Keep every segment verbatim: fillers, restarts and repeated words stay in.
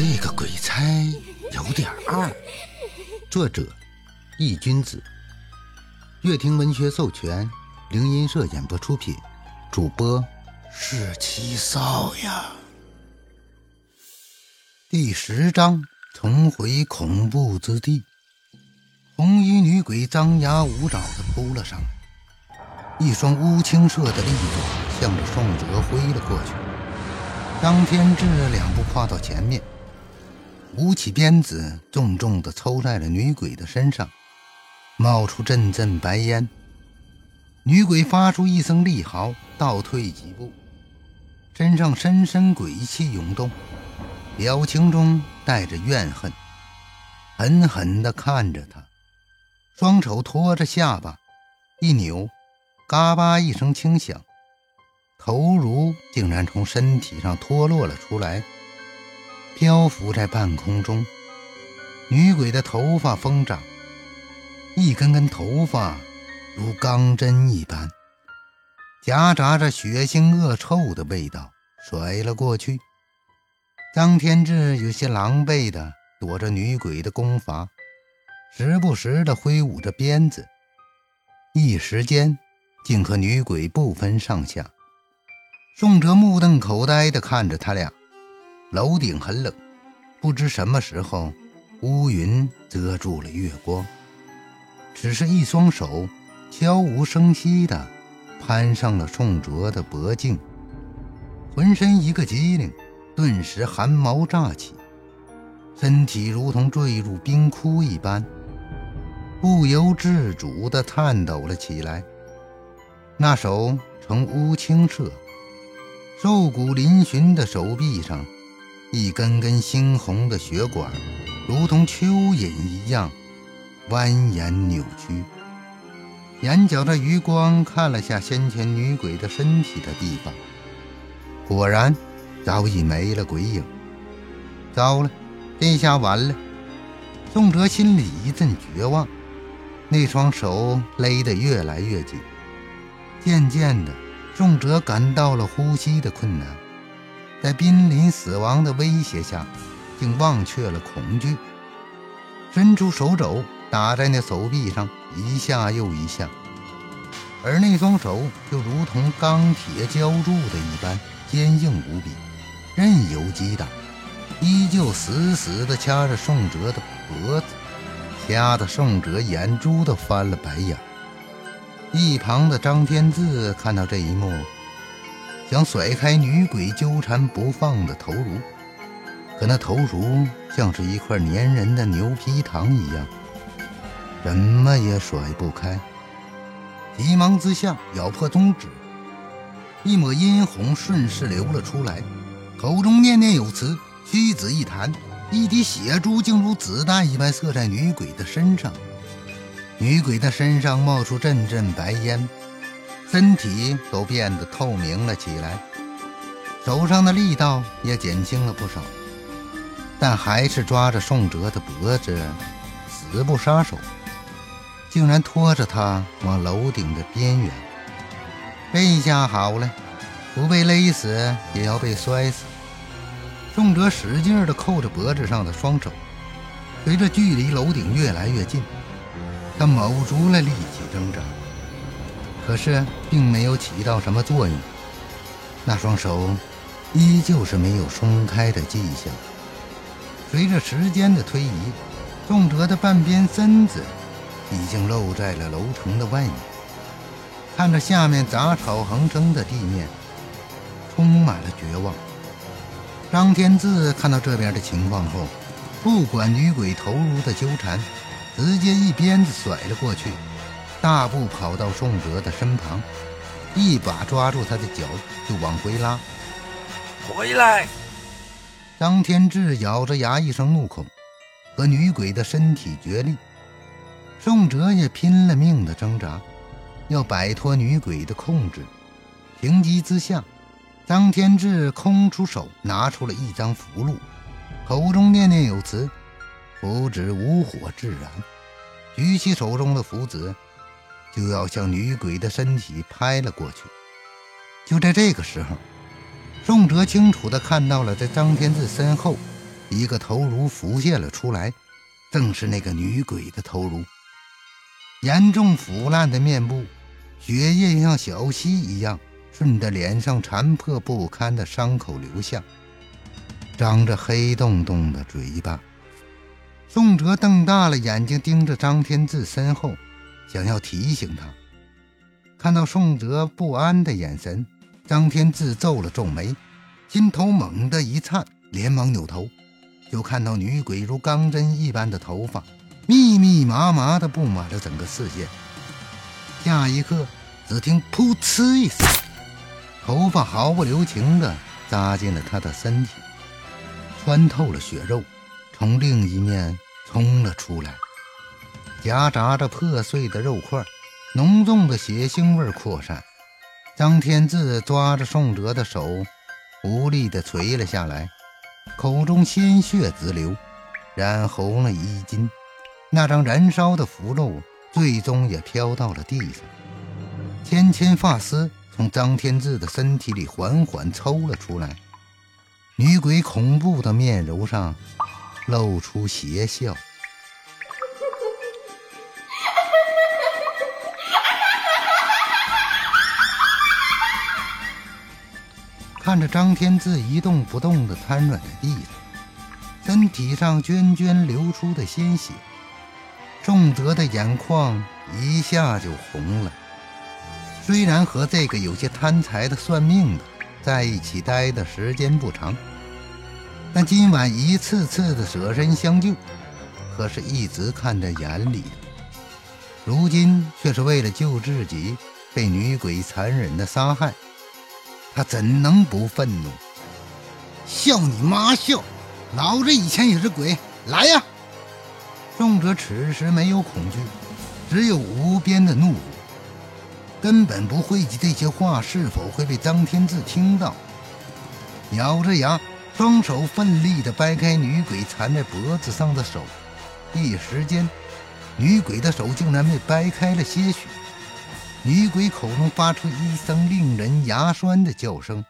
这个鬼差有点二。作者易君子，乐听文学授权，灵音社演播出品，主播是七少呀。第十章，重回恐怖之地。红衣女鬼张牙舞爪地扑了上来，一双乌青色的利爪向着宋哲挥了过去。张天志两步跨到前面，舞起鞭子，重重地抽在了女鬼的身上，冒出阵阵白烟。女鬼发出一声厉嚎，倒退几步，身上深深鬼气涌动，表情中带着怨恨，狠狠地看着他，双手托着下巴一扭，嘎巴一声轻响，头颅竟然从身体上脱落了出来，漂浮在半空中。女鬼的头发疯长，一根根头发如钢针一般，夹杂着血腥恶臭的味道甩了过去。张天志有些狼狈地躲着女鬼的攻伐，时不时地挥舞着鞭子，一时间竟和女鬼不分上下。宋哲目瞪口呆地看着他俩，楼顶很冷，不知什么时候乌云遮住了月光，只是一双手悄无声息地攀上了宋哲的脖颈，浑身一个机灵，顿时寒毛乍起，身体如同坠入冰窟一般，不由自主地颤抖了起来。那手呈乌青色，瘦骨嶙峋的手臂上，一根根猩红的血管如同蚯蚓一样蜿蜒扭曲。眼角的余光看了下先前女鬼的身体的地方，果然早已没了鬼影。糟了，这下完了。宋哲心里一阵绝望，那双手勒得越来越紧，渐渐的宋哲感到了呼吸的困难，在濒临死亡的威胁下，竟忘却了恐惧，伸出手肘打在那手臂上，一下又一下，而那双手就如同钢铁浇铸的一般坚硬无比，任由击打，依旧死死地掐着宋哲的脖子，掐得宋哲眼珠都翻了白眼。一旁的张天志看到这一幕，想甩开女鬼纠缠不放的头颅，可那头颅像是一块粘人的牛皮糖一样，怎么也甩不开。急忙之下咬破中指，一抹殷红顺势流了出来，口中念念有词，屈指一弹，一滴血珠竟如子弹一般射在女鬼的身上。女鬼的身上冒出阵阵白烟，身体都变得透明了起来，手上的力道也减轻了不少，但还是抓着宋哲的脖子，死不撒手，竟然拖着他往楼顶的边缘。这下好了，不被勒死也要被摔死。宋哲使劲地扣着脖子上的双手，随着距离楼顶越来越近，他卯足了力气挣扎，可是并没有起到什么作用，那双手依旧是没有松开的迹象。随着时间的推移，宋哲的半边身子已经露在了楼层的外面，看着下面杂草横生的地面，充满了绝望。张天志看到这边的情况后，不管女鬼头颅的纠缠，直接一鞭子甩了过去，大步跑到宋哲的身旁，一把抓住他的脚就往回拉。 回来！ 张天志咬着牙一声怒吼，和女鬼的身体决力。宋哲也拼了命的挣扎，要摆脱女鬼的控制。情急之下，张天志空出手拿出了一张符箓，口中念念有词，符纸无火自燃，举起手中的符纸就要向女鬼的身体拍了过去。就在这个时候，宋哲清楚地看到了在张天志身后一个头颅浮现了出来，正是那个女鬼的头颅。严重腐烂的面部，血液像小溪一样顺着脸上残破不堪的伤口流下，张着黑洞洞的嘴巴。宋哲瞪大了眼睛盯着张天志身后，想要提醒他。看到宋哲不安的眼神，张天志皱了皱眉，心头猛地一颤，连忙扭头，就看到女鬼如钢针一般的头发密密麻麻地布满了整个视线。下一刻，只听噗嗤一声，头发毫不留情地扎进了他的身体，穿透了血肉，从另一面冲了出来，夹杂着破碎的肉块，浓重的血腥味扩散。张天志抓着宋哲的手无力地垂了下来，口中鲜血直流，染红了衣襟。那张燃烧的腐肉最终也飘到了地上，纤纤发丝从张天志的身体里缓缓抽了出来。女鬼恐怖的面容上露出邪笑。看着张天志一动不动地瘫软在地上，身体上涓涓流出的鲜血，宋哲的眼眶一下就红了。虽然和这个有些贪财的算命的在一起待的时间不长，但今晚一次次的舍身相救，可是一直看在眼里的。如今却是为了救自己被女鬼残忍的杀害，他怎能不愤怒？笑你妈笑，老子以前也是鬼，来呀！宋哲此时没有恐惧，只有无边的怒火，根本不讳及这些话是否会被张天志听到。咬着牙，双手奋力地掰开女鬼缠在脖子上的手，一时间，女鬼的手竟然被掰开了些许。女鬼口中发出一声令人牙酸的叫声。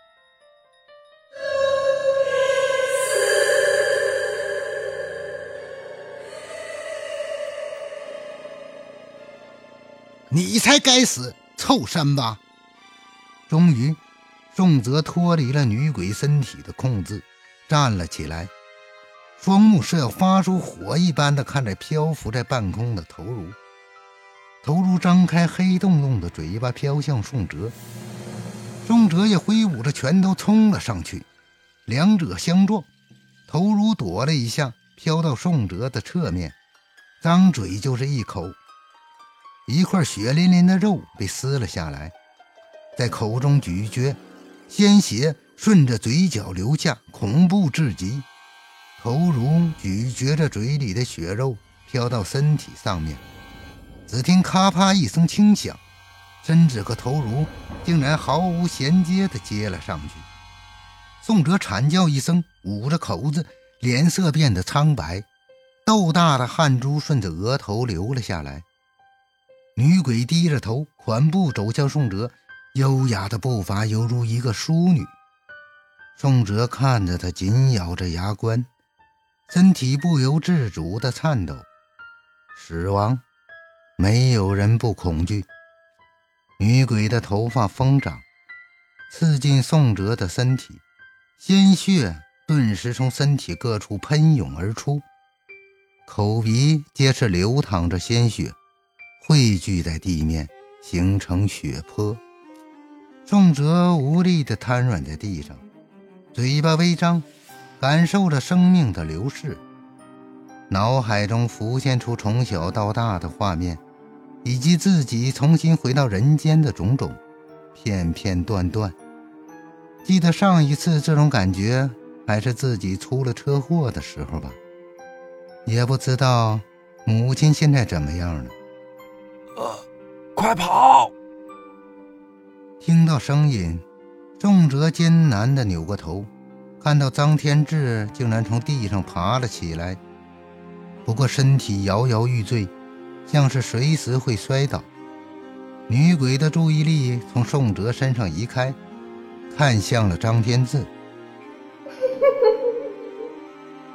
你才该死，臭三八！终于，宋哲脱离了女鬼身体的控制，站了起来，双目是要发出火一般的看着漂浮在半空的头颅。头颅张开黑洞洞的嘴巴飘向宋哲，宋哲也挥舞着拳头冲了上去，两者相撞，头颅躲了一下，飘到宋哲的侧面，张嘴就是一口，一块血淋淋的肉被撕了下来，在口中咀嚼，鲜血顺着嘴角流下，恐怖至极。头颅咀嚼着嘴里的血肉飘到身体上面，只听咔啪一声轻响，身子和头颅竟然毫无衔接地接了上去。宋哲惨叫一声，捂着口子，脸色变得苍白，豆大的汗珠顺着额头流了下来。女鬼低着头缓步走向宋哲，优雅的步伐犹如一个淑女。宋哲看着她紧咬着牙关，身体不由自主地颤抖。死亡没有人不恐惧。女鬼的头发疯长，刺进宋哲的身体，鲜血顿时从身体各处喷涌而出，口鼻皆是流淌着鲜血，汇聚在地面，形成血泊。宋哲无力地瘫软在地上，嘴巴微张，感受着生命的流逝。脑海中浮现出从小到大的画面，以及自己重新回到人间的种种，片片段段。记得上一次这种感觉还是自己出了车祸的时候吧，也不知道母亲现在怎么样了。 呃，快跑！ 听到声音，宋哲艰难地扭过头，看到张天志竟然从地上爬了起来，不过身体摇摇欲坠，像是随时会摔倒。女鬼的注意力从宋哲身上移开，看向了张天志。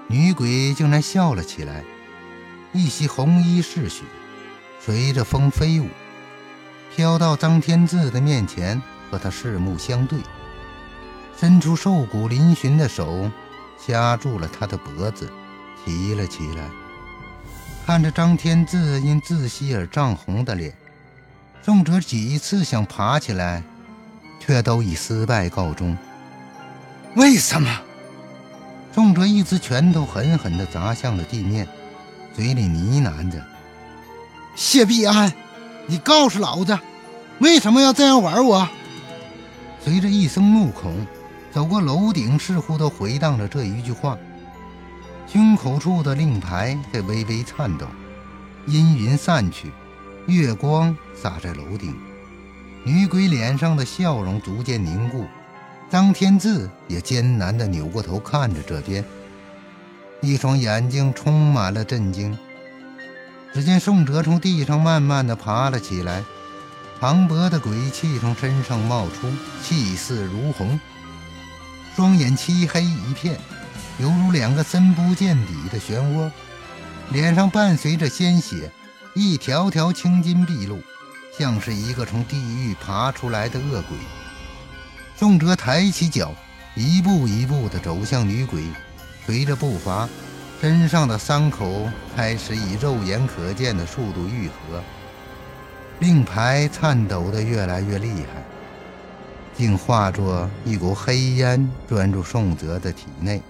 女鬼竟然笑了起来，一袭红衣是雪随着风飞舞，飘到张天志的面前，和他四目相对，伸出瘦骨嶙峋的手掐住了他的脖子，提了起来。看着张天志因窒息而涨红的脸，宋哲几次想爬起来，却都以失败告终。为什么？宋哲一只拳头狠狠地砸向了地面，嘴里呢喃着：谢必安，你告诉老子，为什么要这样玩我？随着一声怒恐，走过楼顶似乎都回荡着这一句话。胸口处的令牌在微微颤抖，阴云散去，月光洒在楼顶，女鬼脸上的笑容逐渐凝固。张天志也艰难地扭过头看着这边，一双眼睛充满了震惊。只见宋哲从地上慢慢地爬了起来，磅礴的鬼气从身上冒出，气势如虹，双眼漆黑一片，犹如两个深不见底的漩涡，脸上伴随着鲜血，一条条青筋毕露，像是一个从地狱爬出来的恶鬼。宋哲抬起脚，一步一步地走向女鬼，随着步伐，身上的伤口开始以肉眼可见的速度愈合，令牌颤抖得越来越厉害，竟化作一股黑烟钻入宋哲的体内。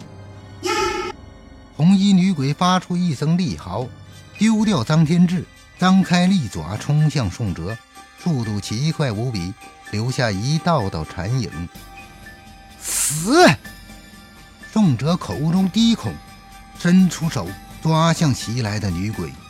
红衣女鬼发出一声厉嚎，丢掉张天志，张开利爪冲向宋哲，速度奇快无比，留下一道道残影。死！宋哲口中低恐，伸出手抓向袭来的女鬼。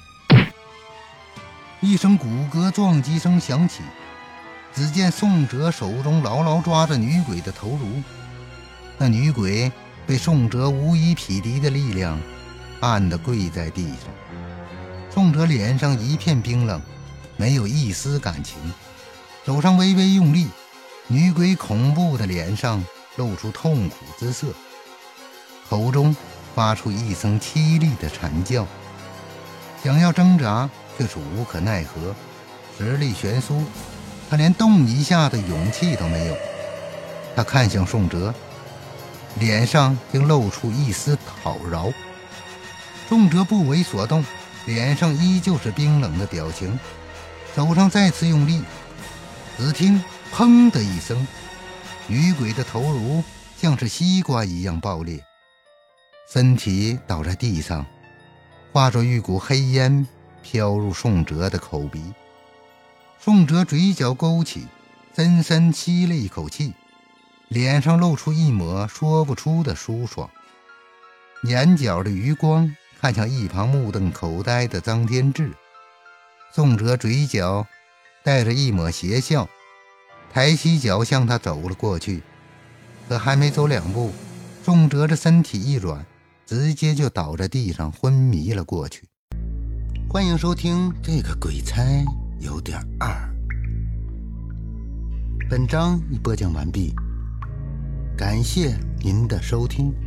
一声骨骼撞击声响起，只见宋哲手中牢牢抓着女鬼的头颅，那女鬼被宋哲无以匹敌的力量按得跪在地上。宋哲脸上一片冰冷，没有一丝感情，手上微微用力，女鬼恐怖的脸上露出痛苦之色，口中发出一声凄厉的惨叫，想要挣扎却是无可奈何，实力悬殊，他连动一下的勇气都没有。他看向宋哲，脸上竟露出一丝讨饶。宋哲不为所动，脸上依旧是冰冷的表情，手上再次用力，只听砰的一声，女鬼的头颅像是西瓜一样爆裂，身体倒在地上，化作一股黑烟飘入宋哲的口鼻。宋哲嘴角勾起，深深吸了一口气，脸上露出一抹说不出的舒爽，眼角的余光看向一旁目瞪口呆的张天志。宋哲嘴角带着一抹邪笑，抬起脚向他走了过去，可还没走两步，宋哲的身体一软，直接就倒在地上昏迷了过去。欢迎收听这个鬼差有点二。本章已播讲完毕，感谢您的收听。